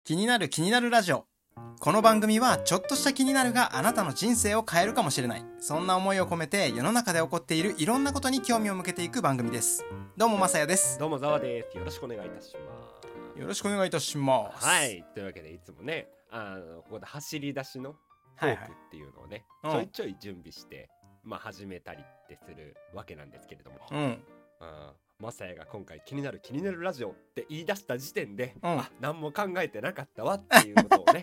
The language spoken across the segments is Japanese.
気になる気になるラジオ。この番組はちょっとした気になるがあなたの人生を変えるかもしれない、そんな思いを込めて世の中で起こっているいろんなことに興味を向けていく番組です。どうもまさやです。 どうもざわです。よろしくお願いいたします。 よろしくお願いいたします。 はい、というわけでいつもねここで走り出しのトークっていうのをね、ちょいちょい準備して始めたりってするわけなんですけれども、まさやが今回気になるラジオって言い出した時点で、何も考えてなかったわっていうことをね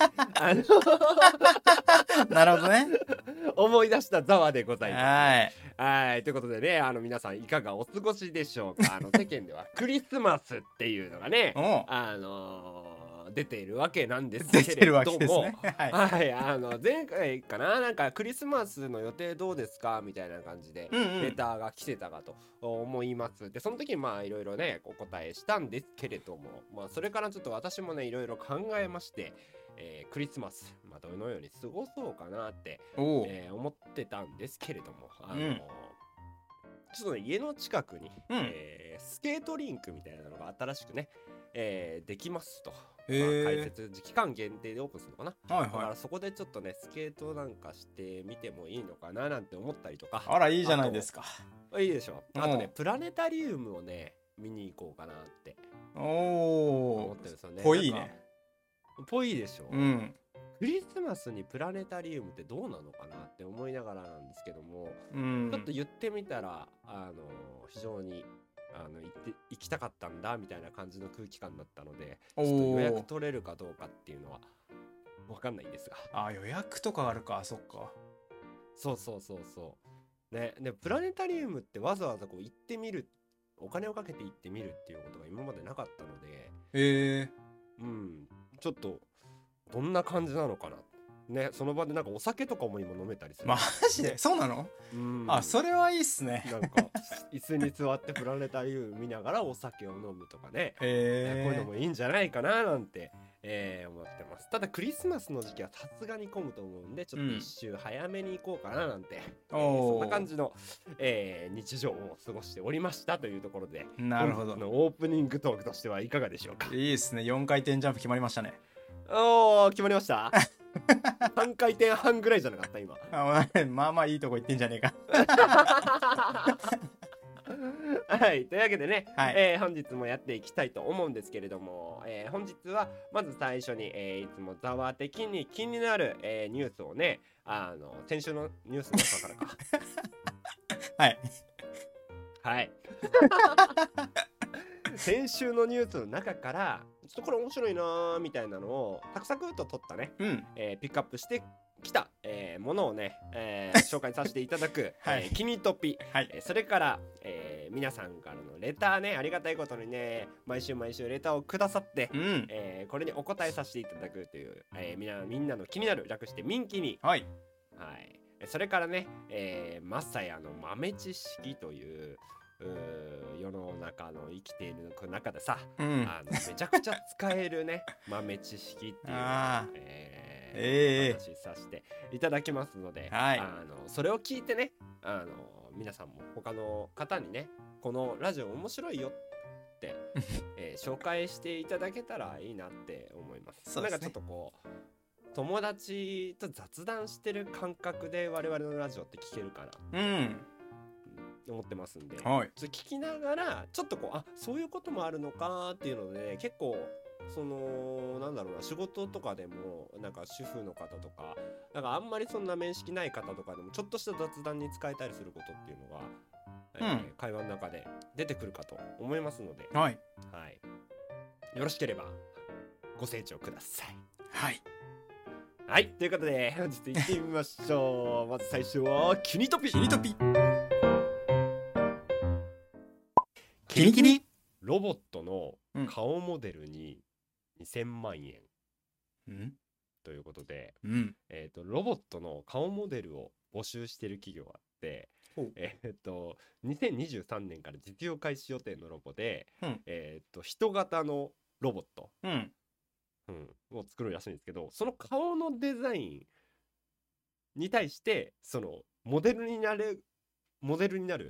なるほどね思い出したざわでございます。はい、ということでね、皆さんいかがお過ごしでしょうか。世間ではクリスマスっていうのがね出ているわけなんですけれども、前回かな、なんかクリスマスの予定どうですかみたいな感じでレターが来てたかと思います。でその時にいろいろねお答えしたんですけれども、それからちょっと私もねいろいろ考えまして、クリスマス、どのように過ごそうかなって、思ってたんですけれども、ちょっとね家の近くに、スケートリンクみたいなのが新しくね、できますと。開設期間限定でオープンするのかな、だからそこでちょっとねスケートなんかしてみてもいいのかななんて思ったりとか。 あらいいじゃないですか。 いいでしょ。あとねプラネタリウムをね見に行こうかなって思ってるんですよね。 ぽいね。 ぽいでしょ。クリスマスにプラネタリウムってどうなのかなって思いながらなんですけども、ちょっと言ってみたら非常に行きたかったんだみたいな感じの空気感だったので、ちょっと予約取れるかどうかっていうのは分かんないんですが。 予約とかあるか。そっか。 そうね。でプラネタリウムってわざわざこう行ってみる、お金をかけて行ってみるっていうことが今までなかったので、ちょっとどんな感じなのかなね。その場でなんかお酒とかも今飲めたりする。 マジでそうなの？それはいいっすね。 なんか椅子に座ってプラネタリウム見ながらお酒を飲むとかね、こういうのもいいんじゃないかななんて、思ってます。ただクリスマスの時期はさすがに混むと思うんで、ちょっと一周早めに行こうかななんて、そんな感じの、日常を過ごしておりましたというところで、 なるほど。 本日のオープニングトークとしてはいかがでしょうか。 いいですね。4回転ジャンプ決まりましたね。 決まりました3回転半ぐらいじゃなかった今。 まあいいとこ行ってんじゃねえかはい、というわけでね、本日もやっていきたいと思うんですけれども、本日はまず最初に、いつもざわ的に気になる、ニュースをね、先週のニュースの中からかはい先週のニュースの中からちょっとこれ面白いなーみたいなのをサクサクっと取ったね、ピックアップしてきた、ものをね、紹介させていただく、キニトピ、それから、皆さんからのレターね、ありがたいことにね毎週レターをくださって、これにお答えさせていただくという、みんなの気になる、略してミンキニ、それからね、マサヤの豆知識という世の中の生きている中でさ、めちゃくちゃ使えるね豆知識っていうのを、話させていただきますので、それを聞いてね、皆さんも他の方にねこのラジオ面白いよって、紹介していただけたらいいなって思います。なんかちょっとこう友達と雑談してる感覚で我々のラジオって聞けるかな、思ってますんで、ちょっと聞きながらちょっとこうそういうこともあるのかっていうので、結構なんだろうな、仕事とかでもなんか主婦の方とかなんかあんまりそんな面識ない方とかでもちょっとした雑談に使えたりすることっていうのが、会話の中で出てくるかと思いますので、よろしければご清聴ください。ということで本日行ってみましょうまず最初はキニトピ。 キニキニ。 ロボットの顔モデルに2000万円、ということで、ロボットの顔モデルを募集している企業があって、2023年から実用開始予定のロボで、人型のロボット、を作るらしいんですけど、その顔のデザインに対してそのモデルになる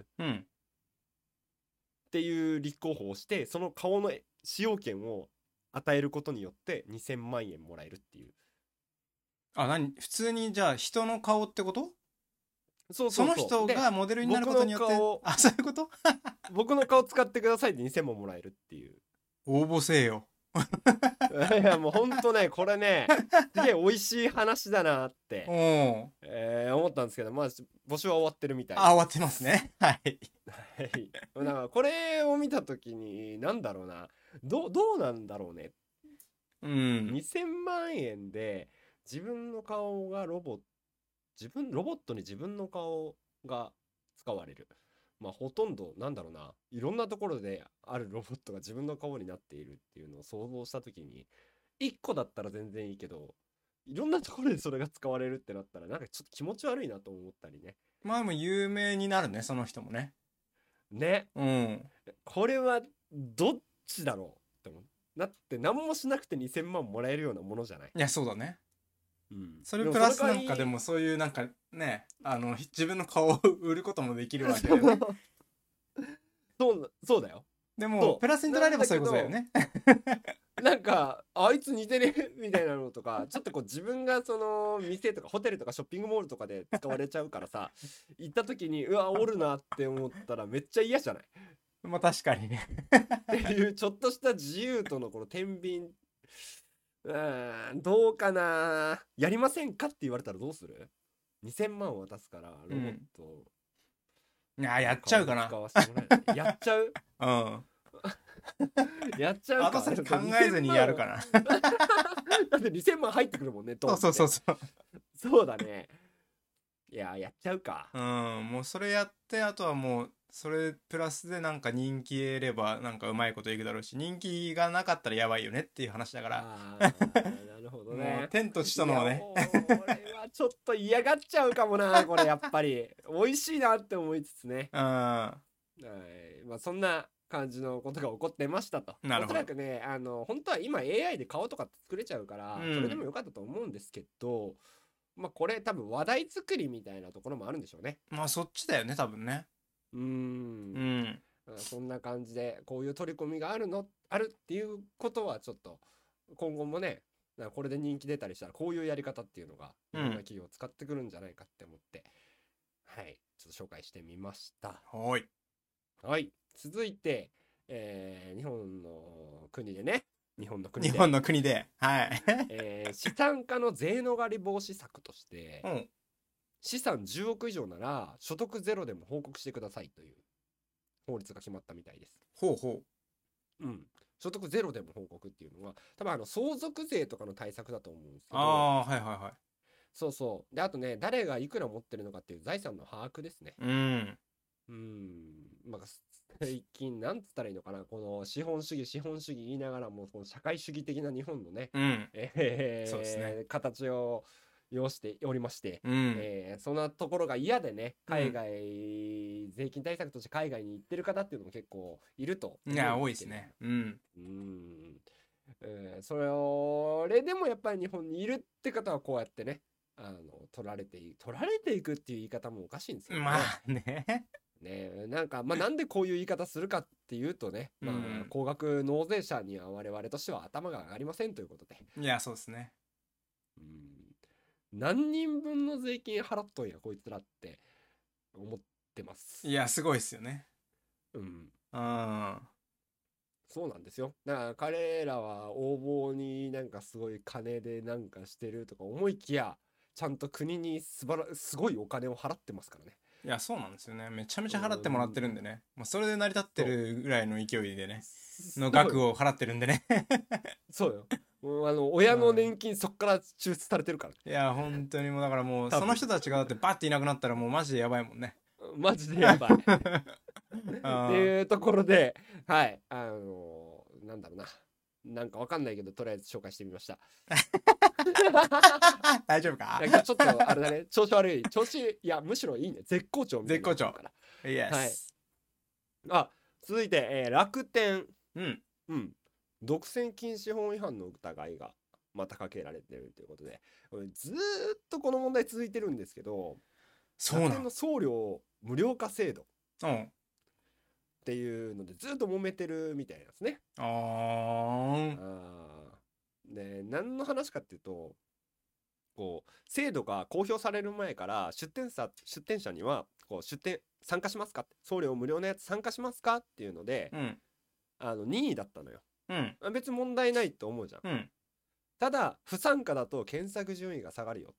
っていう立候補をして、その顔の使用権を与えることによって2000万円もらえるっていう。 普通にじゃあ人の顔ってこと？ そうその人がモデルになることによって、そういうこと？ 僕の顔使ってくださいで2000万もらえるっていう。 応募せえよ。 いやもうほんとねこれねすげえ美味しい話だなって、思ったんですけど、まあ募集は終わってるみたい終わってますね。はい。 だからこれを見た時になんだろうな、どうなんだろうね。2000万円で自分の顔がロボットに自分の顔が使われる。まあほとんどなんだろうな、いろんなところであるロボットが自分の顔になっているっていうのを想像した時に、1個だったら全然いいけどいろんなところでそれが使われるってなったらなんかちょっと気持ち悪いなと思ったりね。 まあでも有名になるね、その人もね。 これはどっちだろうって思う。だって何もしなくて2000万もらえるようなものじゃない。 いやそうだね。それプラスなんかでもそういうなんかね、自分の顔を売ることもできるわけだよね。 そうだよ。 でもプラスに取られればそういうことだよね。 なんかあいつ似てねみたいなのとか、ちょっとこう自分がその店とかホテルとかショッピングモールとかで使われちゃうからさ行った時にうわおるなって思ったらめっちゃ嫌じゃない。 まあ確かにね。 っていうちょっとした自由とのこの天秤、どうかな。やりませんかって言われたらどうする？ 2000 万渡すからロボット、 やっちゃうかな。 やっちゃうやっちゃうか。 後先考えずにやるかな。 だって2000万入ってくるもんね。そうだね。いやっちゃうか。 もうそれやって、あとはもうそれプラスでなんか人気得ればなんかうまいこといくだろうし、人気がなかったらやばいよねっていう話だから。 なるほどね。 もう天と地とのね。 これはちょっと嫌がっちゃうかもな。これやっぱり美味しいなって思いつつね。まあそんな感じのことが起こってましたと。おそらくね本当は今 AI で顔とか作れちゃうから、それでもよかったと思うんですけど、まあこれ多分話題作りみたいなところもあるんでしょうね。 まあそっちだよね多分ね。 そんな感じでこういう取り込みがあるっていうことはちょっと今後もね、これで人気出たりしたらこういうやり方っていうのがいろんな企業を使ってくるんじゃないかって思って、はいちょっと紹介してみました。はい、続いて、日本の国でね、日本の国で資産家の税逃れ防止策として、資産10億以上なら所得ゼロでも報告してくださいという法律が決まったみたいです。所得ゼロでも報告っていうのは多分相続税とかの対策だと思うんですけど、そうで、あとね、誰がいくら持ってるのかっていう財産の把握ですね。まあ最近なんつったらいいのかな、この資本主義言いながらもこの社会主義的な日本のね、形を要しておりまして、そんなところが嫌でね、海外、税金対策として海外に行ってる方っていうのも結構いると。 いや多いですね。 それでもやっぱり日本にいるって方はこうやってね、取られていくっていう言い方もおかしいんですよね。 まあね。 なんかなんでこういう言い方するかっていうとね、高額納税者には我々としては頭が上がりませんということで。 いやそうですね。 何人分の税金払っとんやこいつらって思ってます。 いやすごいっすよね。 そうなんですよ。だから彼らは横暴になんかすごい金でなんかしてるとか思いきや、ちゃんと国にすごいお金を払ってますからね。 いやそうなんですよね。めちゃめちゃ払ってもらってるんでね、もうそれで成り立ってるぐらいの勢いでねの額を払ってるんでね。 そうよ。親の年金そっから抽出されてるから。 いや本当にもうだからもうその人たちがだってバッていなくなったらもうマジでやばいもんね。 マジでやばい。っていうところで、はい、なんだろうな。なんかわかんないけど、とりあえず紹介してみました。 大丈夫か？ ちょっとあれだね、調子悪い。いや、むしろいいね。絶好調みたいな。 絶好調。 はい。続いて、楽天。独占禁止法違反の疑いがまたかけられてるということで、ずーっとこの問題続いてるんですけど、楽天の送料無料化制度っていうのでずっと揉めてるみたいなんですね。 で何の話かっていうと、こう制度が公表される前から出店者にはこう出店参加しますかって、送料無料のやつ参加しますかっていうので、任意だったのよ。別に問題ないと思うじゃん。ただ不参加だと検索順位が下がるよ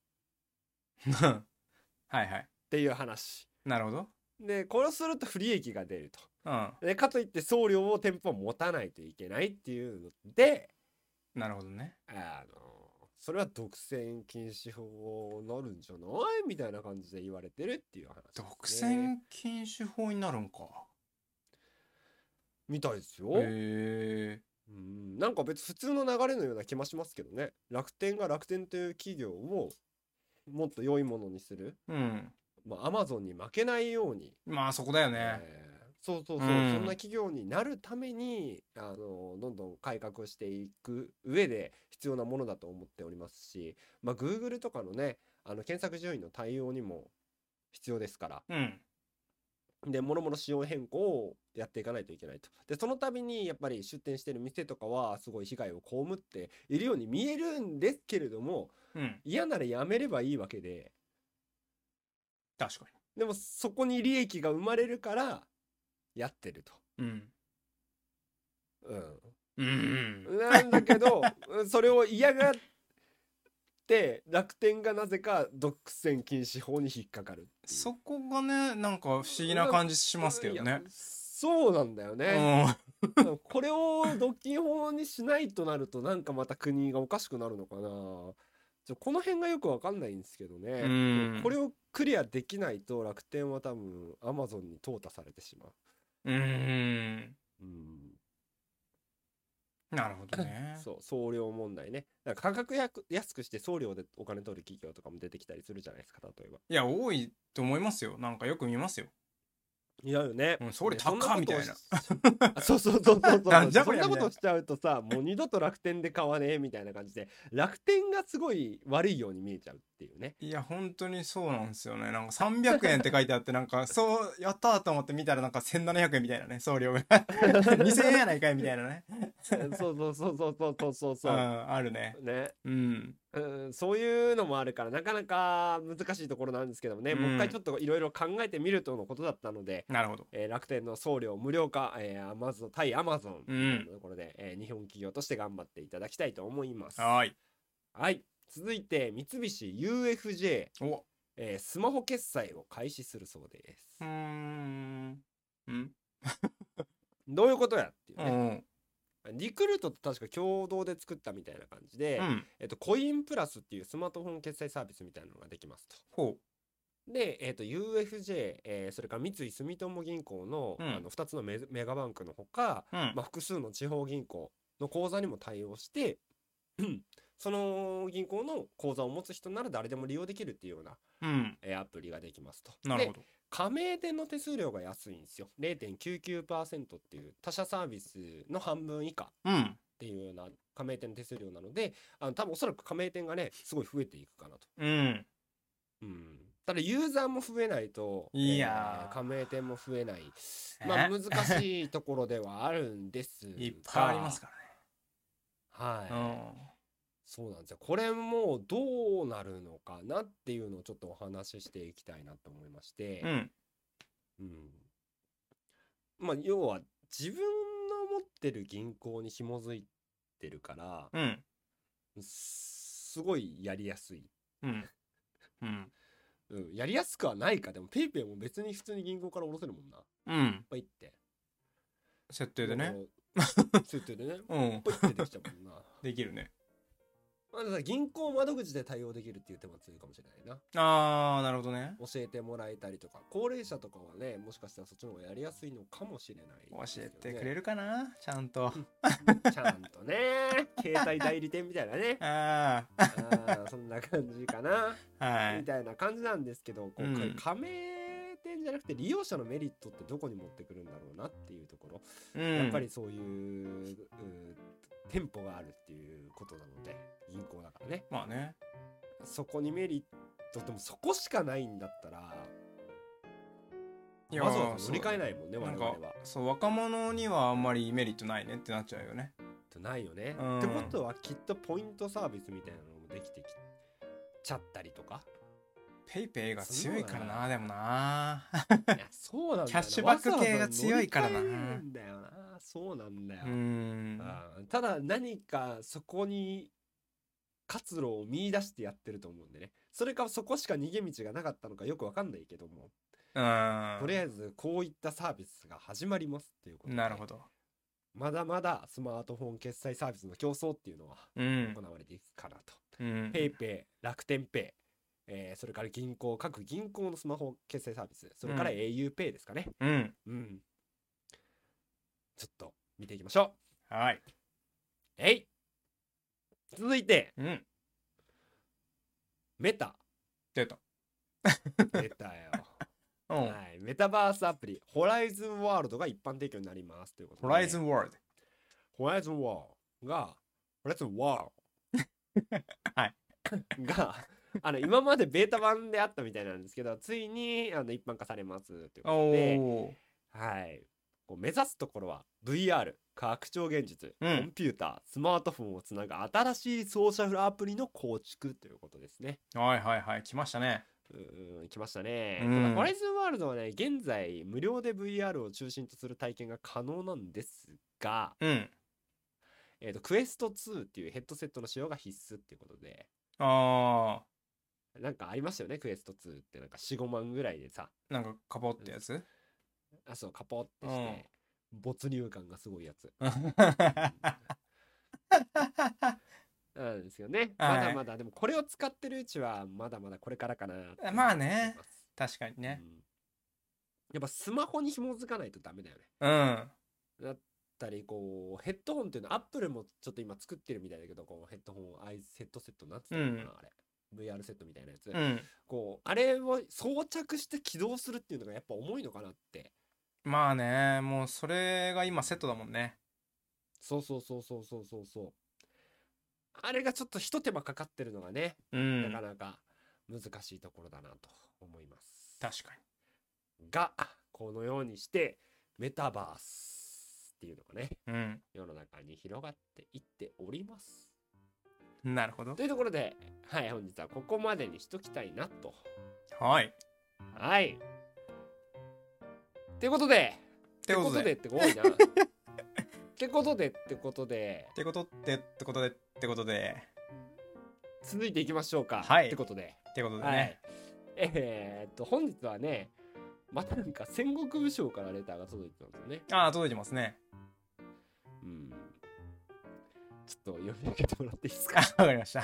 はいはいっていう話。 なるほど。 でこれをすると不利益が出ると、でかといって送料を店舗持たないといけないっていうので、 なるほどね。 それは独占禁止法になるんじゃないみたいな感じで言われてるっていう話、ね、 独占禁止法になるんかみたいですよ。なんか別に普通の流れのような気もしますけどね。楽天が楽天という企業をもっと良いものにする、アマゾンに負けないように、 まあそこだよね、 そう、そんな企業になるためにどんどん改革していく上で必要なものだと思っておりますし、Google とかのね検索順位の対応にも必要ですから、でもろもろ仕様変更をやっていかないといけないと。でその度にやっぱり出店してる店とかはすごい被害を被っているように見えるんですけれども、嫌ならやめればいいわけで、 確かに。 でもそこに利益が生まれるからやってると。なんだけどそれを嫌がって楽天がなぜか独占禁止法に引っかかる。 そこがねなんか不思議な感じしますけどね。 そうなんだよね。これを独禁法にしないとなるとなんかまた国がおかしくなるのかな。この辺がよく分かんないんですけどね。これをクリアできないと楽天は多分アマゾンに淘汰されてしまう。 なるほどね。 そう、送料問題ね。だから価格安くして送料でお金取る企業とかも出てきたりするじゃないですか、例えば。 いや多いと思いますよ。なんかよく見ますよ。 いやよね。 それ高っみたいな。 そうそんなことしちゃうとさ、もう二度と楽天で買わねえみたいな感じで楽天がすごい悪いように見えちゃうっていうね。 いや本当にそうなんですよね。なんか300円って書いてあってなんかそうやったーと思って見たらなんか1700円みたいなね、送料が2000円やないかいみたいなね。 そうあるね。 そういうのもあるからなかなか難しいところなんですけどもね、もう一回ちょっといろいろ考えてみるとのことだったので、 なるほど。 楽天の送料無料化、対アマゾンというところで、日本企業として頑張っていただきたいと思います。はい。続いて三菱 UFJ、スマホ決済を開始するそうです。どういうことやっていうね。リクルートと確か共同で作ったみたいな感じで、コインプラスっていうスマートフォン決済サービスみたいなのができますと。で、UFJ、それから三井住友銀行の、2つのメガバンクのほか、複数の地方銀行の口座にも対応してその銀行の口座を持つ人なら誰でも利用できるっていうような、アプリができますと。 なるほど。 加盟店の手数料が安いんですよ。 0.99% っていう他社サービスの半分以下っていうような加盟店の手数料なので、多分おそらく加盟店がねすごい増えていくかなと。ただユーザーも増えないと、加盟店も増えない、難しいところではあるんですがいっぱいありますからね。そうなんですよ。これもどうなるのかなっていうのをちょっとお話ししていきたいなと思いまして、要は自分の持ってる銀行に紐づいてるから、すごいやりやすい。やりやすくはないか。でも PayPay も別に普通に銀行から下ろせるもんな。ポイって設定でね。 ポイってできちゃうもんな。 できるね。 銀行窓口で対応できるっていう手も強いかもしれないな。なるほどね。 教えてもらえたりとか、高齢者とかはね、もしかしたらそっちの方がやりやすいのかもしれない、 教えてくれるかな、ちゃんとちゃんとね、携帯代理店みたいなねそんな感じかな、みたいな感じなんですけど、加盟店じゃなくて利用者のメリットってどこに持ってくるんだろうなっていうところ、やっぱりそういう店舗があるっていうことなので、銀行だからね。そこにメリット、でもそこしかないんだったらまずは乗り換えないもんね、我々は。 そう、若者にはあんまりメリットないねってなっちゃうよね。 なないよね、 うんってことはきっとポイントサービスみたいなのもできてきちゃったりとか。 ペイペイが強いからな、でもな。 いやそうなんだよな、 キャッシュバック系が強いからな。 わざわざ乗り換えるんだよな。そうなんだよ、 うんただ何かそこに活路を見出してやってると思うんでね。それかそこしか逃げ道がなかったのかよくわかんないけども、とりあえずこういったサービスが始まりますっていうことで、 なるほど。 まだまだスマートフォン決済サービスの競争っていうのはうん行われていくかなと。 うんペイペイ、楽天ペイ、それから各銀行のスマホ決済サービス、それから au ペイですかね。 うんちょっと見ていきましょはい。 う。続いて、メタ。 出た。 出たよ。 うんはい、メタバースアプリホライズンワールドが一般提供になりますということで、 ホライズンワールド。 ホライズンワールドがホライズンワールドはいが今までベータ版であったみたいなんですけど、ついに一般化されますということで、はい、こう目指すところは VR 拡張現実、コンピューター、スマートフォンをつなぐ新しいソーシャルアプリの構築ということですね。 はいはいはい、来ましたね。 来ましたね。ただホライズンワールドはね、現在無料で VR を中心とする体験が可能なんですが、クエスト2っていうヘッドセットの使用が必須っていうことで、なんかありましたよね、クエスト2ってなんか 4,5 万ぐらいでさ、 なんかカポってやつ、 そうカポってして、没入感がすごいやつなんですよね。まだまだでもこれを使ってるうちはまだまだこれからかな。 まあね、確かにね、 やっぱスマホに紐づかないとダメだよね。だったりこうヘッドホンっていうのはアップルもちょっと今作ってるみたいだけど、こうヘッドホンヘッドセットなんつったのかな、あれ VR セットみたいなやつ、こうあれを装着して起動するっていうのがやっぱ重いのかなって。 まあね、もうそれが今セットだもんね。 そうあれがちょっと一手間かかってるのがね、なかなか難しいところだなと思います。 確かに。がこのようにしてメタバースっていうのがね、世の中に広がっていっております。 なるほど。 というところで、はい、本日はここまでにしときたいなと。 はい。 はい。ってことでって多いな。ってことで続いていきましょうか。 はい。 ってことでね。 本日はね、またなんか戦国武将からレターが届いてたんですよね。 届いてますね。 ちょっと読み上げてもらっていいですか。 わかりました。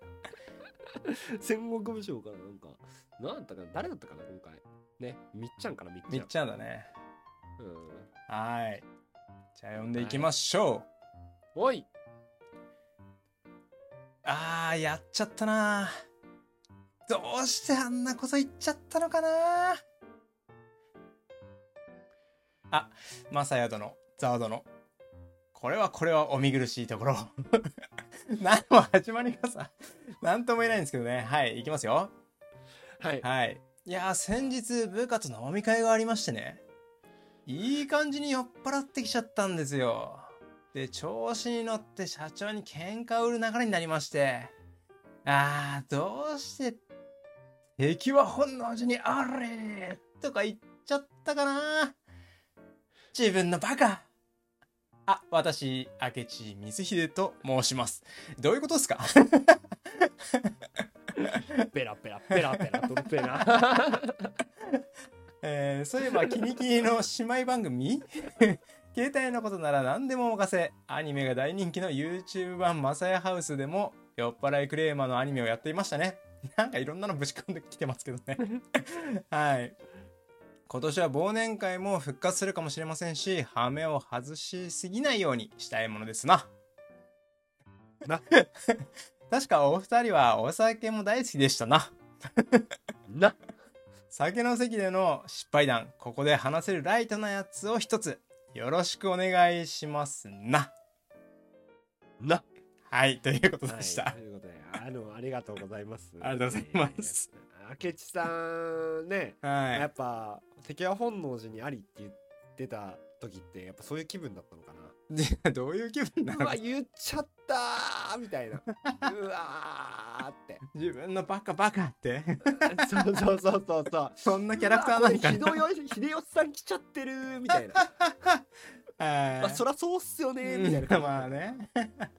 戦国武将からなんか何だったかな、誰だったかな今回ね、みっちゃんからみっちゃんだね。はい。じゃあ読んでいきましょう。おい。 やっちゃったな。どうしてあんなこと言っちゃったのかな。マサヤ殿、ザワ殿、これはお見苦しいところ。何も始まりがさ、なんとも言えないんですけどね。はい、いきますよ。はい。いや先日部下と飲み会がありましてね、いい感じに酔っ払ってきちゃったんですよ。で、調子に乗って社長に喧嘩を売る流れになりまして、どうして敵は本能寺にあれとか言っちゃったかな。自分のバカ。私明智光秀と申します。どういうことですか。 ペラペラペラペラトルペラ。 そういえばキニキニの姉妹番組携帯のことなら何でもお任せ、アニメが大人気の YouTube 版マサヤハウスでも酔っ払いクレーマーのアニメをやっていましたね。なんかいろんなのぶち込んできてますけどね。はい。今年は忘年会も復活するかもしれませんし、ハメを外しすぎないようにしたいものですな。確かお二人はお酒も大好きでしたな。酒の席での失敗談、ここで話せるライトなやつを一つよろしくお願いしますな。はい、ということでした。 ということで、ありがとうございます。 ありがとうございます。 明智さんね、やっぱ敵は本能寺にありって言ってた時ってやっぱそういう気分だったのかな。 どういう気分なの？ うわ言っちゃったーみたいなうわーって自分のバカバカってそうそうそうそうそうそんなキャラクターなのかな。 秀吉さん来ちゃってるみたいなあそらそうっすよねみたいなまあね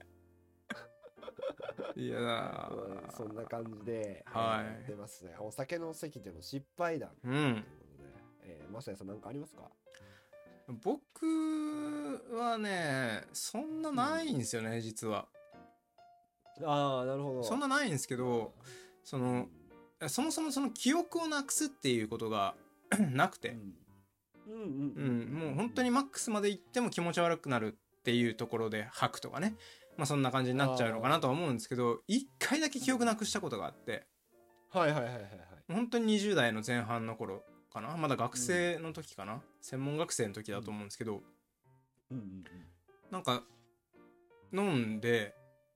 いやー、 そんな感じで、 はい、 出ますね。お酒の席での失敗談とうんいうことで、マサヤさん何かありますか？ 僕はねそんなないんですよね、実は。 ああなるほど。 そんなないんですけど、そのそもそもその記憶をなくすっていうことがなくて、もう本当にマックスまで行っても気持ち悪くなるっていうところで吐くとかね、まあそんな感じになっちゃうのかなとは思うんですけど、一回だけ記憶なくしたことがあって、 はいはいはいはいはい、 本当に20代の前半の頃かな、まだ学生の時かな、専門学生の時だと思うんですけど、なんか飲んで、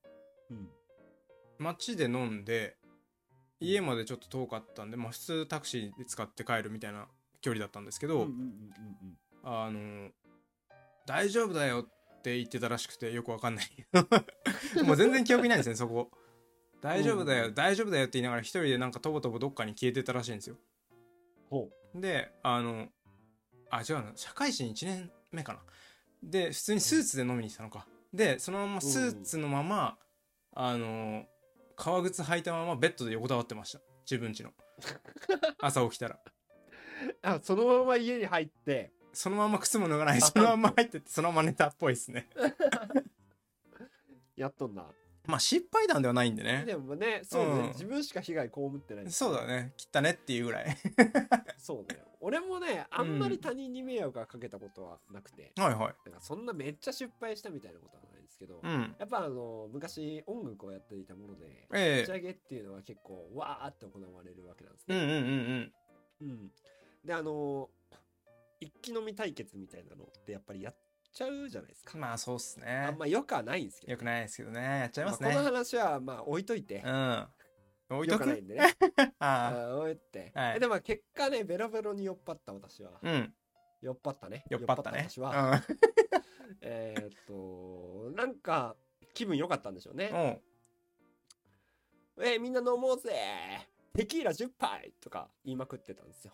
街で飲んで家までちょっと遠かったんで、まあ普通タクシーで使って帰るみたいな距離だったんですけど、大丈夫だよって言ってたらしくて、よくわかんないもう全然記憶にないんですねそこ。大丈夫だよ大丈夫だよって言いながら一人でなんかとぼとぼどっかに消えてたらしいんですよ。で違うな、社会人1年目かなで普通にスーツで飲みに行ったのか、でそのままスーツのまま革靴履いたままベッドで横たわってました、自分家の朝起きたらあそのまま家に入ってそのまま靴も脱がない、そのまま入ってってそのまま寝たっぽいですねやっとんな。 まあ失敗談ではないんでね。 でもねそうね、自分しか被害被ってない、 そうだね、切ったねっていうぐらいそうね、俺もねあんまり他人に迷惑がかけたことはなくて、 はいはい、 なんかそんなめっちゃ失敗したみたいなことはないんですけど、やっぱ昔音楽をやっていたもので、打ち上げっていうのは結構わーって行われるわけなんですね。で一気飲み対決みたいなのってやっぱりやっちゃうじゃないですか。 まあそうっすね。 あんまよくはないんですけど、 よくないですけどね、やっちゃいますね。 この話はまあ置いといて、 置いとくないんでね置いて、でも結果ねベロベロに酔っ払った私は、酔っ払ったね私はなんか気分良かったんでしょうね。みんな飲もうぜテキーラ10杯とか言いまくってたんですよ、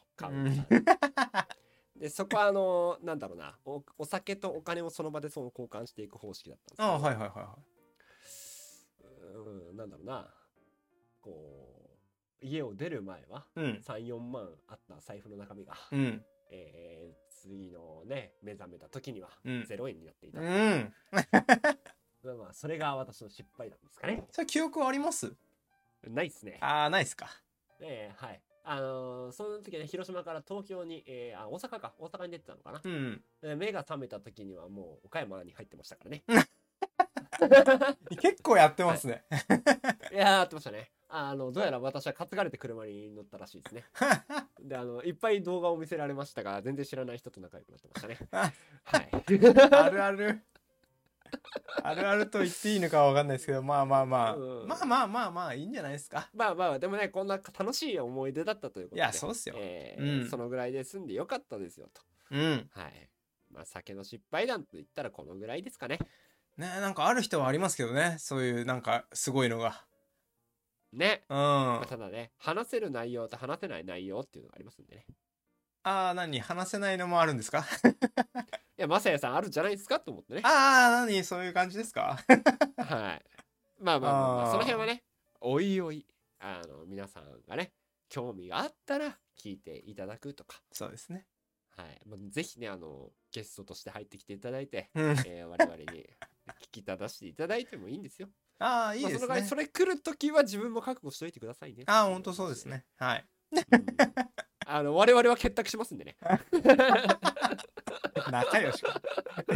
でそこはなんだろうな、お酒とお金をその場でその交換していく方式だったんですけど、なんだろうな、こう家を出る前は3、4万あった財布の中身が、次のね目覚めた時には0円になっていた。まあそれが私の失敗なんですかね。 それ記憶あります？ ないっすね。 ないっすか。 はい。その時ね広島から東京に、大阪に出てたのかな。目が覚めた時にはもう岡山に入ってましたからね結構やってますねいややってましたね。どうやら私は担がれて車に乗ったらしいですねでいっぱい動画を見せられましたが全然知らない人と仲良くなってましたねはいあるあるあるあると言っていいのかは分かんないですけど、まあいいんじゃないですか。 まあでもねこんな楽しい思い出だったということで、 いやそうっすよ、 そのぐらいで済んでよかったですよと。はい。まあ酒の失敗談と言ったらこのぐらいですかね。 ね、なんかある人はありますけどね、そういうなんかすごいのがね。まあ、ただね話せる内容と話せない内容っていうのがありますんでね。 何話せないのもあるんですかいやまさやさんあるんじゃないですかと思ってね。 何そういう感じですかはい。まあその辺はねおいおい皆さんがね興味があったら聞いていただくとか。 そうですね。 はい。ぜひねゲストとして入ってきていただいて、我々に聞き正していただいてもいいんですよ。 いいですね。 それ来るときは自分も覚悟しといてくださいね。 本当そうですね。はい。 我々は結託しますんでね。 仲良しか。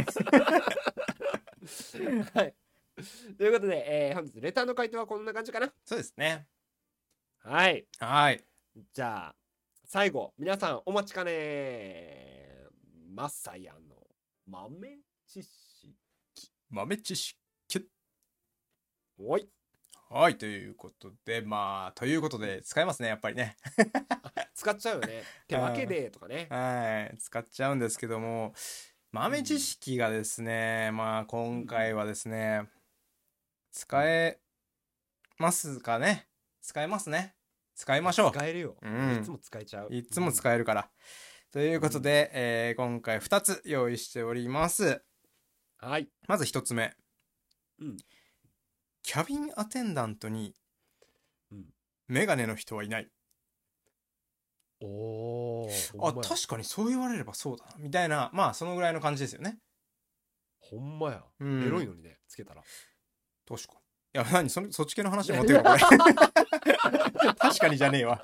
はい。ということで、本日レターの回答はこんな感じかな。 そうですね。 はい。 はい。 じゃあ最後皆さんお待ちかねマサヤの豆知識。 豆知識。 おい。 はい、ということで使えますねやっぱりね使っちゃうよねってわけでとかね。 はい、使っちゃうんですけども、 豆知識がですね、まあ今回はですね、使えますかね。使えますね。使いましょう。 使えるよ。 うん。 いつも使えちゃう。 いつも使えるから。ということで、今回2つ用意しております。 はい。 まず1つ目。 うん。 キャビンアテンダントにうんメガネの人はいない。 おー。 あ、確かにそう言われればそうだな。みたいな、まあそのぐらいの感じですよね。 ほんまや。 うんエロいのにね、つけたら。 確かに。いや、何そっち系の話で持ってるのこれ。確かにじゃねえわ。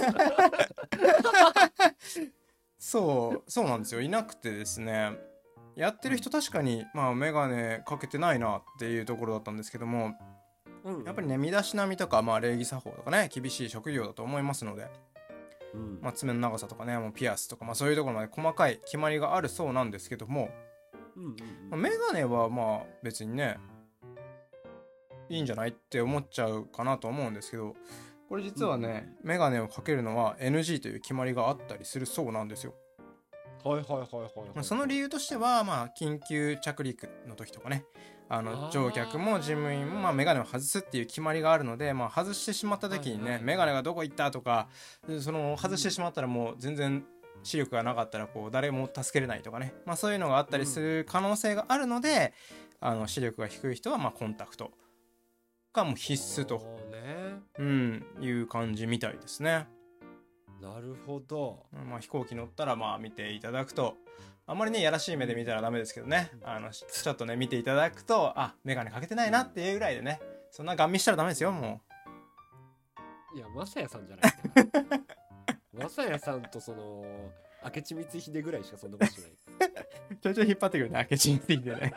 そうなんですよ。いなくてですね。やってる人確かに、まあ、メガネかけてないなっていうところだったんですけども、やっぱりね、身だしなみとか、まあ、礼儀作法とかね、厳しい職業だと思いますので、まあ、爪の長さとかね、もうピアスとか、まあ、そういうところまで細かい決まりがあるそうなんですけども、メガネはまあ、別にね、いいんじゃないって思っちゃうかなと思うんですけど、これ実はね、メガネをかけるのは NG という決まりがあったりするそうなんですよ。その理由としては、まあ、緊急着陸の時とかね、乗客も事務員も、まあ、メガネを外すっていう決まりがあるので、まあ、外してしまった時にね、メガネがどこ行ったとか、その外してしまったらもう全然視力がなかったらこう誰も助けれないとかね、まあ、そういうのがあったりする可能性があるので、視力が低い人はまあコンタクトがもう必須と、いう感じみたいですね。 なるほど。 まあ、飛行機乗ったらまあ見ていただくと、あんまりねやらしい目で見たらダメですけどね、ちょっとね見ていただくと、あ、メガネかけてないなっていうぐらいでね、そんなガン見したらダメですよ。もういや、まさやさんじゃないかまさやさんとその明智光秀ぐらいしかそんなことしないちょいちょい引っ張ってくるね、明智についてね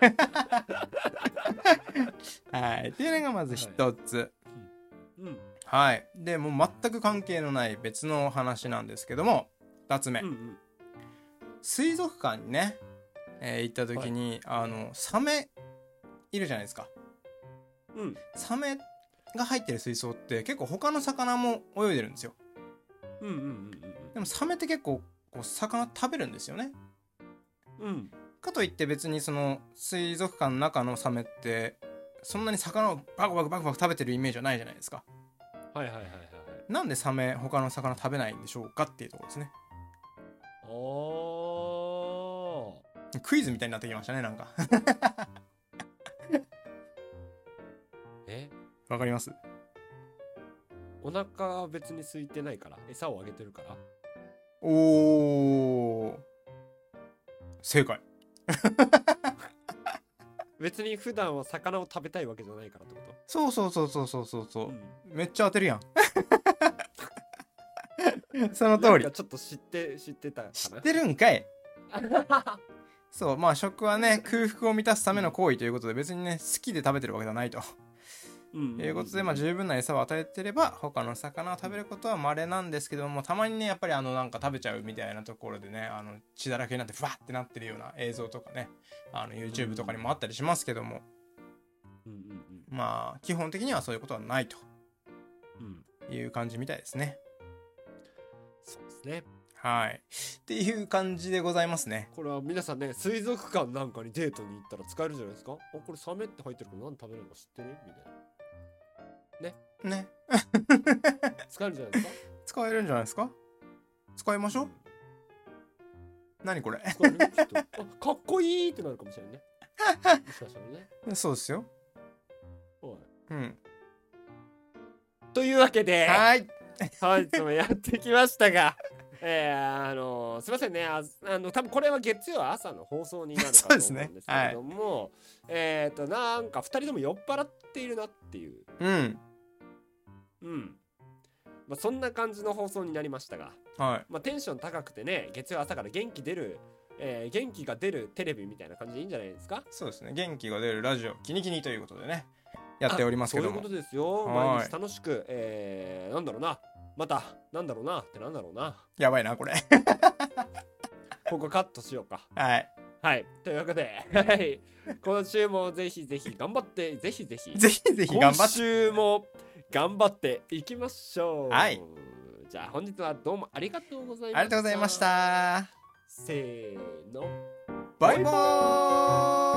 はいっていうのがまず一つ。はい。でもう全く関係のない別の話なんですけども、2つ目、水族館にね、行った時に、サメいるじゃないですか。サメが入ってる水槽って結構他の魚も泳いでるんですよ。でもサメって結構こう魚食べるんですよね。かといって別にその水族館の中のサメってそんなに魚をバクバクバクバク食べてるイメージはないじゃないですか。なんでサメ他の魚食べないんでしょうかっていうところですね。クイズみたいになってきましたね、なんかわかります？ お腹別に空いてないから餌をあげてるから。 おー、正解別に普段は魚を食べたいわけじゃないからってこと？ そう、めっちゃ当てるやんその通り。 なんかちょっと知ってたかな。 知ってるんかいそう、まあ食はね、空腹を満たすための行為ということで、別にね好きで食べてるわけではないということで、まあ十分な餌を与えてれば他の魚を食べることは稀なんですけども、たまにねやっぱりなんか食べちゃうみたいなところでね、血だらけになってふわってなってるような映像とかね、YouTube とかにもあったりしますけども、まあ基本的にはそういうことはないという感じみたいですね。 そうですね。 はい。っていう感じでございますね。 これは皆さんね、水族館なんかにデートに行ったら使えるじゃないですか。あ、これサメって入ってるから何食べるのか知ってるみたいな。ね。使えるじゃないですか。 使えるんじゃないですか。使いましょう。何これ。 使える？ちょっとかっこいいってなるかもしれないね。もしかしたらね。 そうですよ。 というわけで、 はい。 本日もやってきましたが、すいませんね、多分これは月曜朝の放送になるかと思うんですけれども、なんか2人とも酔っ払っているなっていう、まあ、そんな感じの放送になりましたが、まあ、テンション高くてね、月曜朝から元気が出るテレビみたいな感じでいいんじゃないですか。 そうですね、元気が出るラジオキニキニということでね、やっておりますけども。 そういうことですよ。毎日楽しく、なんだろうな、またなんだろうなってなんだろうな。 やばいなこれここカットしようか。 はい、 というわけで、今週もぜひぜひ頑張って、ぜひぜひ頑張って、 今週も頑張っていきましょう。じゃあ本日はどうもありがとうございました。 ありがとうございました。 せーの。 バイバーイ。